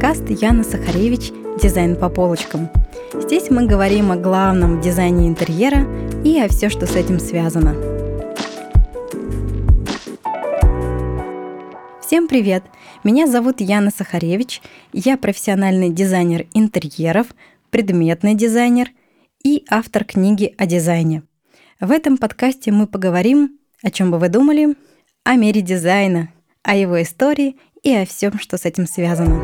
подкаст Яна Сахаревич «Дизайн по полочкам». Здесь мы говорим о главном в дизайне интерьера и о все, что с этим связано. Всем привет! Меня зовут Яна Сахаревич, я профессиональный дизайнер интерьеров, предметный дизайнер и автор книги о дизайне. В этом подкасте мы поговорим, о чем бы вы думали, о мире дизайна, о его истории и о всем, что с этим связано.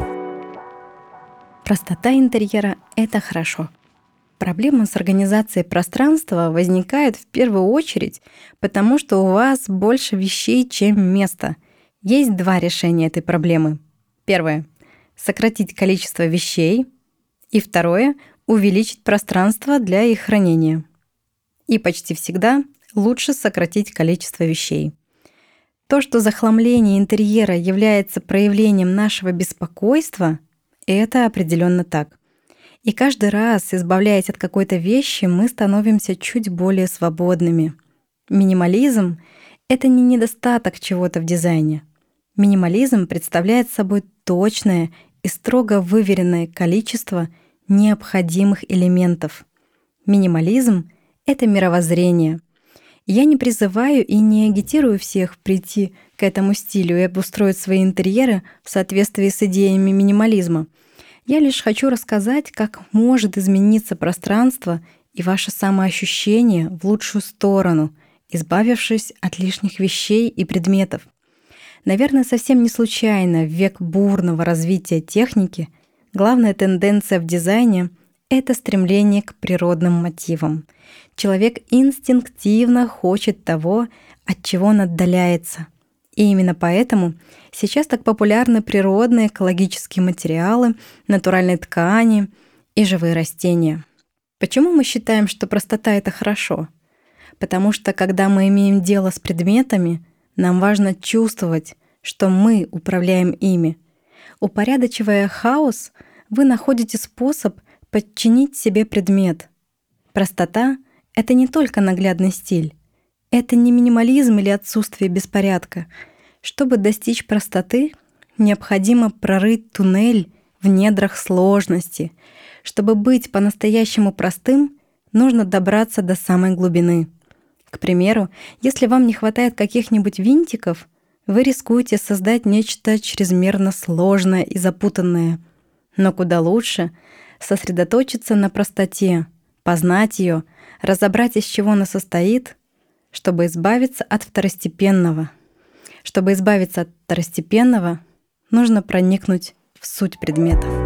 Простота интерьера – это хорошо. Проблемы с организацией пространства возникают в первую очередь, потому что у вас больше вещей, чем места. Есть два решения этой проблемы. Первое – сократить количество вещей. И второе – увеличить пространство для их хранения. И почти всегда лучше сократить количество вещей. То, что захламление интерьера является проявлением нашего беспокойства, это определенно так. И каждый раз, избавляясь от какой-то вещи, мы становимся чуть более свободными. Минимализм — это не недостаток чего-то в дизайне. Минимализм представляет собой точное и строго выверенное количество необходимых элементов. Минимализм — это мировоззрение. Я не призываю и не агитирую всех прийти к этому стилю и обустроить свои интерьеры в соответствии с идеями минимализма. Я лишь хочу рассказать, как может измениться пространство и ваше самоощущение в лучшую сторону, избавившись от лишних вещей и предметов. Наверное, совсем не случайно в век бурного развития техники главная тенденция в дизайне — это стремление к природным мотивам. Человек инстинктивно хочет того, от чего он отдаляется. И именно поэтому сейчас так популярны природные экологические материалы, натуральные ткани и живые растения. Почему мы считаем, что простота — это хорошо? Потому что, когда мы имеем дело с предметами, нам важно чувствовать, что мы управляем ими. Упорядочивая хаос, вы находите способ подчинить себе предмет. Простота — это не только наглядный стиль. Это не минимализм или отсутствие беспорядка. Чтобы достичь простоты, необходимо прорыть туннель в недрах сложности. Чтобы быть по-настоящему простым, нужно добраться до самой глубины. К примеру, если вам не хватает каких-нибудь винтиков, вы рискуете создать нечто чрезмерно сложное и запутанное. Но куда лучше сосредоточиться на простоте, познать ее, разобрать, из чего она состоит, чтобы избавиться от второстепенного. Чтобы избавиться от второстепенного, нужно проникнуть в суть предмета.